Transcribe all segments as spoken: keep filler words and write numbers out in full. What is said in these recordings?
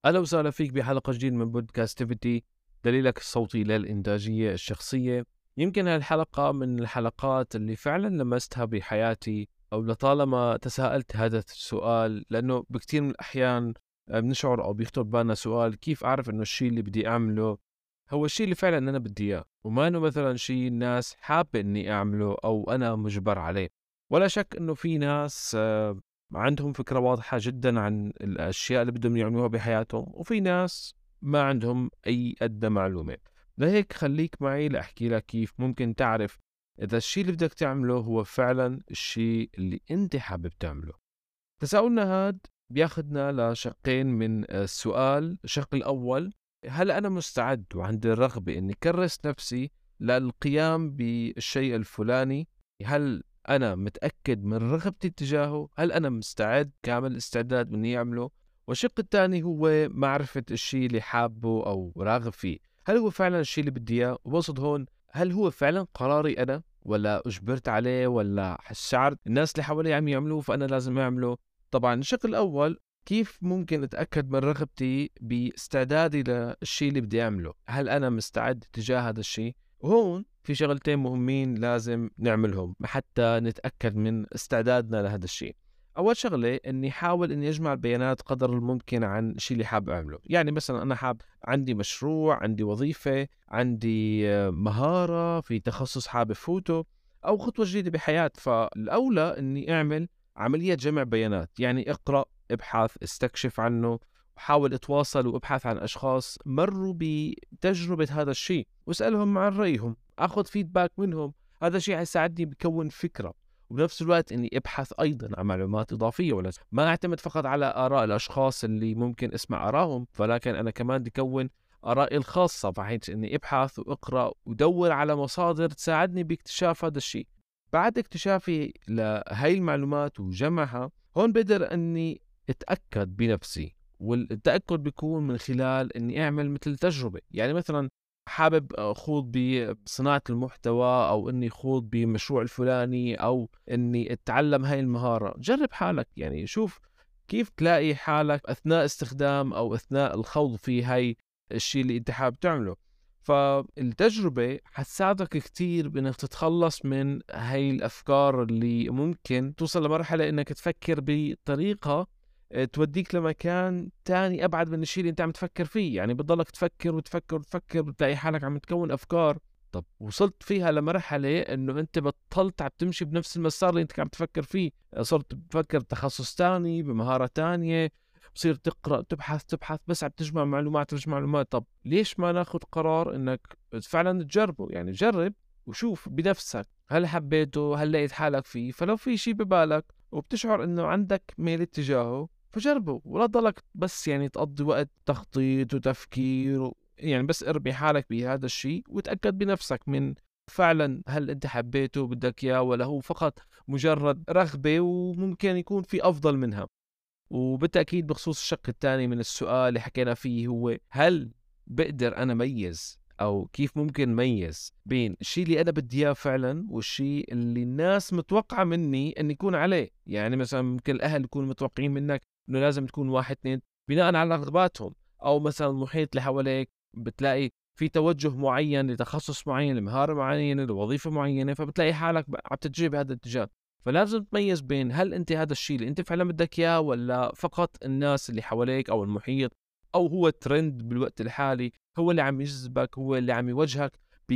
أهلا وسهلا فيك بحلقة جديدة من بودكاستيفيتي، دليلك الصوتي للإنتاجية الشخصية. يمكن هالحلقة من الحلقات اللي فعلا لمستها بحياتي، أو لطالما تساءلت هذا السؤال، لأنه بكثير من الأحيان آه، بنشعر أو بيخطر بالنا سؤال: كيف أعرف إنه الشيء اللي بدي أعمله هو الشيء اللي فعلا أنا بدي إياه، وما إنه مثلا شيء الناس حابة إني أعمله أو أنا مجبر عليه. ولا شك إنه في ناس آه، عندهم فكرة واضحة جدا عن الأشياء اللي بدهم يعملوها بحياتهم، وفي ناس ما عندهم أي أدنى معلومة. لهيك خليك معي لأحكي لك كيف ممكن تعرف إذا الشيء اللي بدك تعمله هو فعلا الشيء اللي أنت حابب تعمله. تساؤلنا هاد بياخدنا لشقين من السؤال. الشق الأول: هل أنا مستعد وعندي الرغبة إني كرس نفسي للقيام بالشيء الفلاني؟ هل أنا متأكد من رغبتي تجاهه؟ هل أنا مستعد كامل الاستعداد إني أعمله؟ والشق الثاني هو معرفة الشيء اللي حابه أو راغب فيه. هل هو فعلا الشيء اللي بدي إياه؟ وبقصد هون، هل هو فعلا قراري أنا، ولا أجبرت عليه، ولا شعرت الناس اللي حوالي عم يعملوه فأنا لازم أعمله؟ طبعا الشق الأول: كيف ممكن أتأكد من رغبتي باستعدادي للشيء اللي بدي أعمله؟ هل أنا مستعد تجاه هذا الشيء؟ وهون في شغلتين مهمين لازم نعملهم حتى نتأكد من استعدادنا لهذا الشيء. أول شغلة إني حاول إني أجمع البيانات قدر الممكن عن الشيء اللي حاب أعمله. يعني مثلا أنا حاب، عندي مشروع، عندي وظيفة، عندي آه، مهارة في تخصص حابب فوته، أو خطوة جديدة بحياة. فالأولى إني أعمل عملية جمع بيانات، يعني اقرأ، ابحث، استكشف عنه، وحاول اتواصل وابحث عن أشخاص مروا بتجربة هذا الشيء واسألهم عن رأيهم، أخذ فيدباك منهم. هذا الشيء حيساعدني بكون فكرة، وبنفس الوقت إني ابحث أيضا عن معلومات إضافية، ولا ما أعتمد فقط على آراء الأشخاص اللي ممكن أسمع آرائهم، ولكن أنا كمان بدي أكون آرائي الخاصة، بحيث إني ابحث وأقرأ ودور على مصادر تساعدني باكتشاف هذا الشيء. بعد اكتشافي لهي المعلومات وجمعها، هون بقدر اني اتاكد بنفسي. والتاكد بيكون من خلال اني اعمل مثل تجربه. يعني مثلا حابب اخوض بصناعه المحتوى، او اني خوض بمشروع الفلاني، او اني اتعلم هاي المهاره. جرب حالك، يعني شوف كيف تلاقي حالك اثناء استخدام او اثناء الخوض في هاي الشيء اللي انت حابب تعمله. فالتجربة حتساعدك كتير بانك تتخلص من هاي الافكار اللي ممكن توصل لمرحلة انك تفكر بطريقة آه، توديك لمكان تاني ابعد من الشيء اللي انت عم تفكر فيه. يعني بتضلك تفكر وتفكر وتفكر، بتلاقي حالك عم تكون افكار. طب وصلت فيها لمرحلة انه انت بطلت عم تمشي بنفس المسار اللي انت عم تفكر فيه، صرت بفكر تخصص تاني بمهارة تانية، بصير تقرأ، تبحث تبحث بس عم تجمع معلومات تجمع معلومات. طب ليش ما ناخذ قرار انك فعلا تجربه؟ يعني جرب وشوف بنفسك هل حبيته، هل لقيت حالك فيه. فلو في شيء ببالك وبتشعر انه عندك ميل اتجاهه، فجربه، ولا تضلك بس يعني تقضي وقت تخطيط وتفكير و... يعني بس ارمي حالك بهذا الشيء وتأكد بنفسك من فعلا هل انت حبيته وبدك اياه، ولا هو فقط مجرد رغبة وممكن يكون في افضل منها. وبالتأكيد بخصوص الشق الثاني من السؤال اللي حكينا فيه، هو هل بقدر أنا ميز، أو كيف ممكن ميز بين الشيء اللي أنا بدي إياه فعلا والشيء اللي الناس متوقعة مني أن يكون عليه. يعني مثلا ممكن الأهل يكونوا متوقعين منك أنه لازم تكون واحد اثنين بناء على رغباتهم، أو مثلا المحيط اللي حواليك بتلاقي في توجه معين لتخصص معين، لمهارة معينة، لوظيفة معينة، فبتلاقي حالك عم تتجه بهذا الاتجاه. فلازم تميز بين هل انت هذا الشيء اللي انت فعلا بدك اياه، ولا فقط الناس اللي حواليك او المحيط، او هو ترند بالوقت الحالي هو اللي عم يجذبك، هو اللي عم يوجهك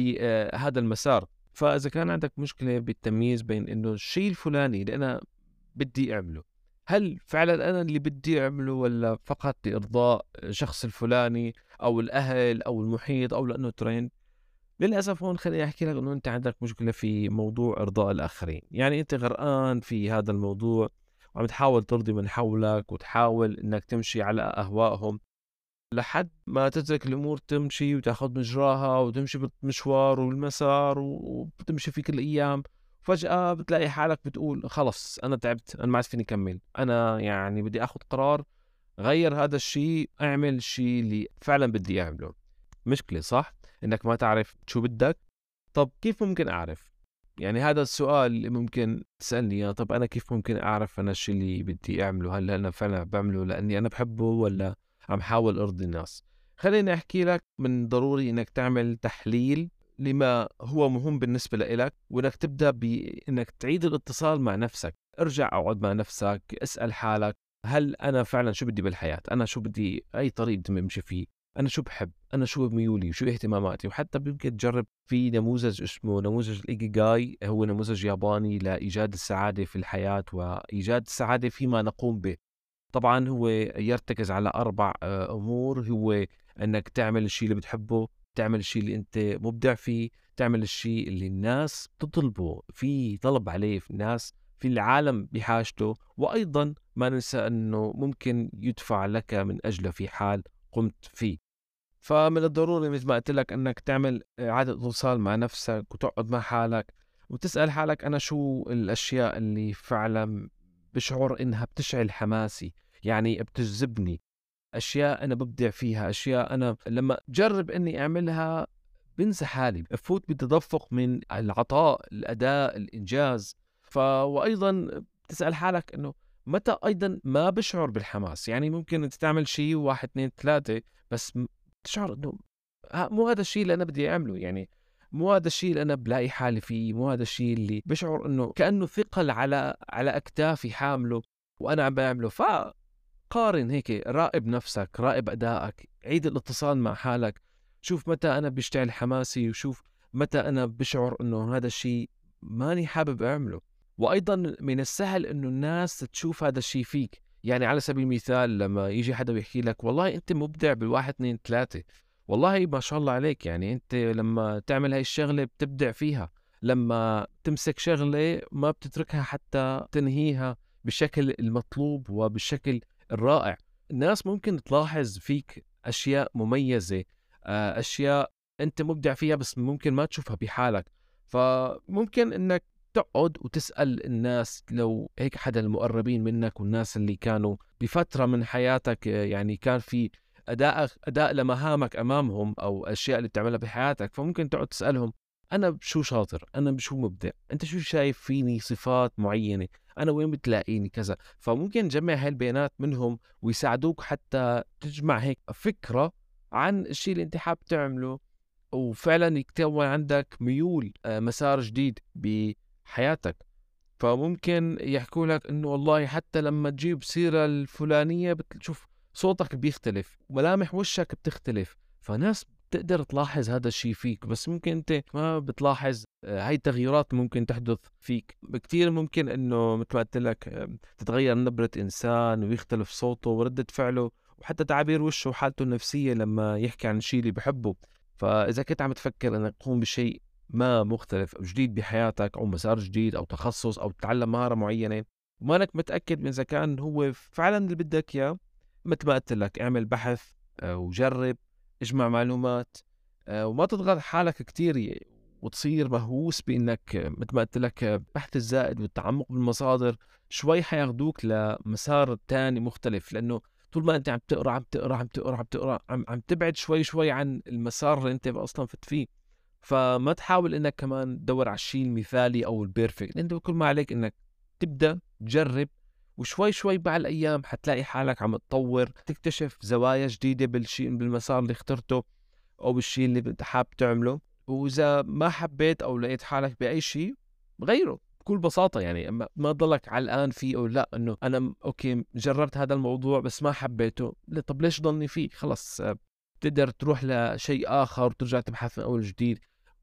بهذا المسار. فاذا كان عندك مشكلة بالتمييز بين انه الشيء الفلاني اللي انا بدي اعمله، هل فعلا انا اللي بدي اعمله، ولا فقط لارضاء الشخص الفلاني او الاهل او المحيط، او لانه ترند. للأسف هون خليني أحكي لك إنه أنت عندك مشكلة في موضوع إرضاء الآخرين. يعني أنت غرقان في هذا الموضوع وعم تحاول ترضي من حولك، وتحاول إنك تمشي على أهوائهم لحد ما تترك الأمور تمشي وتاخذ مجراها وتمشي بالمشوار والمسار و- وبتمشي فيك الأيام. فجأة بتلاقي حالك بتقول خلص أنا تعبت، أنا ما عاد فيني أكمل، أنا يعني بدي أخذ قرار، غير هذا الشيء، أعمل الشيء اللي فعلا بدي أعمله. مشكلة صح؟ إنك ما تعرف شو بدك. طب كيف ممكن أعرف؟ يعني هذا السؤال اللي ممكن تسألني إياه. طب أنا كيف ممكن أعرف أنا الشيء اللي بدي أعمله؟ هل أنا فعلا بعمله لأني أنا بحبه، ولا عم حاول أرضي الناس. خليني أحكي لك، من ضروري إنك تعمل تحليل لما هو مهم بالنسبة لإلك، وإنك تبدأ بإنك تعيد الاتصال مع نفسك. ارجع اقعد مع نفسك، اسأل حالك: هل أنا فعلا شو بدي بالحياة؟ أنا شو بدي، أي طريق بدي أمشي فيه؟ أنا شو بحب؟ أنا شو ميولي وشو اهتماماتي؟ وحتى يمكن تجرب في نموذج اسمه نموذج الإيكيغاي، هو نموذج ياباني لإيجاد السعادة في الحياة وإيجاد السعادة فيما نقوم به. طبعا هو يرتكز على أربع آه، أمور: هو أنك تعمل الشيء اللي بتحبه، تعمل الشيء اللي أنت مبدع فيه، تعمل الشيء اللي الناس بتطلبه، في طلب عليه في الناس، في العالم بحاجته، وأيضا ما ننسى أنه ممكن يدفع لك من أجله في حال قمت فيه. فمن الضروري مثل ما قلت لك أنك تعمل إعادة اتصال مع نفسك، وتقعد مع حالك وتسأل حالك: أنا شو الأشياء اللي فعلا بشعر إنها بتشعل حماسي، يعني بتجذبني، أشياء أنا ببدع فيها، أشياء أنا لما جرب إني أعملها بنسى حالي، بفوت بتدفق من العطاء، الأداء، الإنجاز. ف وأيضا تسأل حالك إنه متى أيضا ما بشعر بالحماس. يعني ممكن أنت تعمل شيء واحد اثنين ثلاثة، بس م- تشعر إنه ها- مو هذا الشيء اللي أنا بدي أعمله، يعني مو هذا الشيء اللي أنا بلاقي حالي فيه، مو هذا الشيء اللي بشعر إنه كأنه ثقل على على أكتافي حامله وأنا عم بعمله. ف قارن هيك، راقب نفسك، راقب أدائك، عيد الاتصال مع حالك، شوف متى أنا بيشتعل حماسي، وشوف متى أنا بشعر إنه هذا الشيء ماني حابب أعمله. وأيضا من السهل إنه الناس تشوف هذا الشيء فيك. يعني على سبيل المثال لما يجي حدا ويحكي لك: والله أنت مبدع بالواحد اثنين ثلاثة، والله ما شاء الله عليك، يعني أنت لما تعمل هاي الشغلة بتبدع فيها، لما تمسك شغلة ما بتتركها حتى تنهيها بالشكل المطلوب وبالشكل الرائع. الناس ممكن تلاحظ فيك أشياء مميزة، آه، أشياء أنت مبدع فيها بس ممكن ما تشوفها بحالك. فممكن أنك تقعد وتسأل الناس، لو هيك حدا المقربين منك والناس اللي كانوا بفترة من حياتك، آه، يعني كان في أداء أداء لمهامك أمامهم أو أشياء اللي بتعملها بحياتك، فممكن تقعد تسألهم: أنا بشو شاطر؟ أنا بشو مبدع؟ أنت شو شايف فيني صفات معينة؟ أنا وين بتلاقيني كذا؟ فممكن تجمع هاي البيانات منهم ويساعدوك حتى تجمع هيك فكرة عن الشيء اللي انت حابب تعمله، وفعلا يتكون عندك ميول، آه، مسار جديد بحياتك. فممكن يحكوا لك انه والله حتى لما تجيب سيرة الفلانية بتشوف صوتك بيختلف، ملامح وشك بتختلف. فناس بتقدر تلاحظ هذا الشيء فيك، بس ممكن انت ما بتلاحظ. آه، هاي التغييرات ممكن تحدث فيك بكتير. ممكن انه مثل ما قلت لك، آه، تتغير نبرة انسان ويختلف صوته وردة فعله وحتى تعابير وشه وحالته النفسية لما يحكي عن الشيء اللي بحبه. فإذا كنت عم تفكر انك تقوم بشيء ما مختلف أو جديد بحياتك، أو مسار جديد أو تخصص أو تتعلم مهارة معينة، ومانك متأكد من إذا كان هو فعلا اللي بدك إياه، مثل ما قلت لك: اعمل بحث، آه، وجرب، اجمع معلومات، آه، وما تضغط حالك كتير وتصير مهووس بإنك، آه، مثل ما قلت لك، آه، البحث الزائد والتعمق بالمصادر شوي حياخدوك لمسار تاني مختلف. لأنه طول ما أنت عم تقرأ عم تقرأ عم تقرأ عم تقرأ عم, عم تبعد شوي شوي عن المسار اللي أنت أصلا فت فيه. فما تحاول انك كمان تدور على الشيء المثالي او البيرفكت. انت كل ما عليك انك تبدا تجرب، وشوي شوي مع الايام حتلاقي حالك عم تطور، تكتشف زوايا جديده بالشيء، بالمسار اللي اخترته او بالشيء اللي انت حابب تعمله. واذا ما حبيت او لقيت حالك باي شيء، غيره بكل بساطة. يعني ما ما تضلك علقان فيه، أو لا إنه أنا م- أوكي جربت هذا الموضوع بس ما حبيته، لا، طب ليش ضلني فيه؟ خلص، آه، تقدر تروح لشيء آخر وترجع تبحث من أول جديد.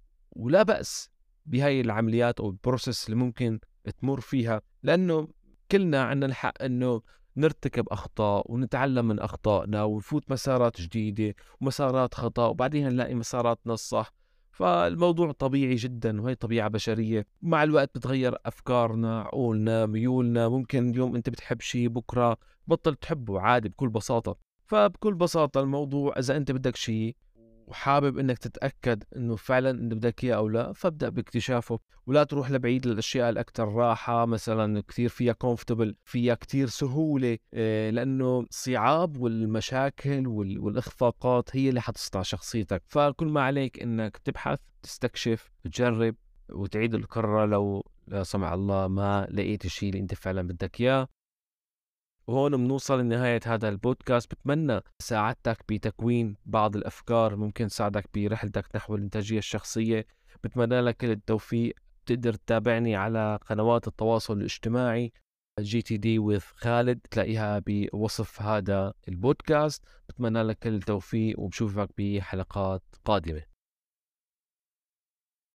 ولا بأس بهاي العمليات أو البروسيس اللي ممكن تمر فيها، لأنه كلنا عنا الحق أنه نرتكب أخطاء ونتعلم من أخطائنا ونفوت مسارات جديدة ومسارات خطأ، وبعدين نلاقي مساراتنا الصح. فالموضوع طبيعي جدا، وهي طبيعة بشرية. مع الوقت بتغير أفكارنا، عقولنا، ميولنا. ممكن اليوم أنت بتحب شيء، بكرة بطل تحبه، عادي بكل بساطة. فبكل بساطة الموضوع، إذا أنت بدك شيء وحابب انك تتأكد انه فعلا انت بدك اياه او لا، فابدأ باكتشافه. ولا تروح لبعيد للاشياء الاكثر راحة، مثلا كثير فيها كومفتبل، فيها كثير سهولة، إيه، لانه الصعاب والمشاكل وال- والاخفاقات هي اللي حتصنع شخصيتك. فكل ما عليك انك تبحث، تستكشف، تجرب، وتعيد الكرة لو لا سمح الله ما لقيت الشيء اللي انت فعلا بدك اياه. وهون بنوصل لنهاية هذا البودكاست. بتمنى ساعدتك بتكوين بعض الأفكار ممكن تساعدك برحلتك نحو الإنتاجية الشخصية. بتمنى لك كل التوفيق. تقدر تتابعني على قنوات التواصل الاجتماعي جي تي دي with خالد، تلاقيها بوصف هذا البودكاست. بتمنى لك كل التوفيق وبشوفك بحلقات قادمة.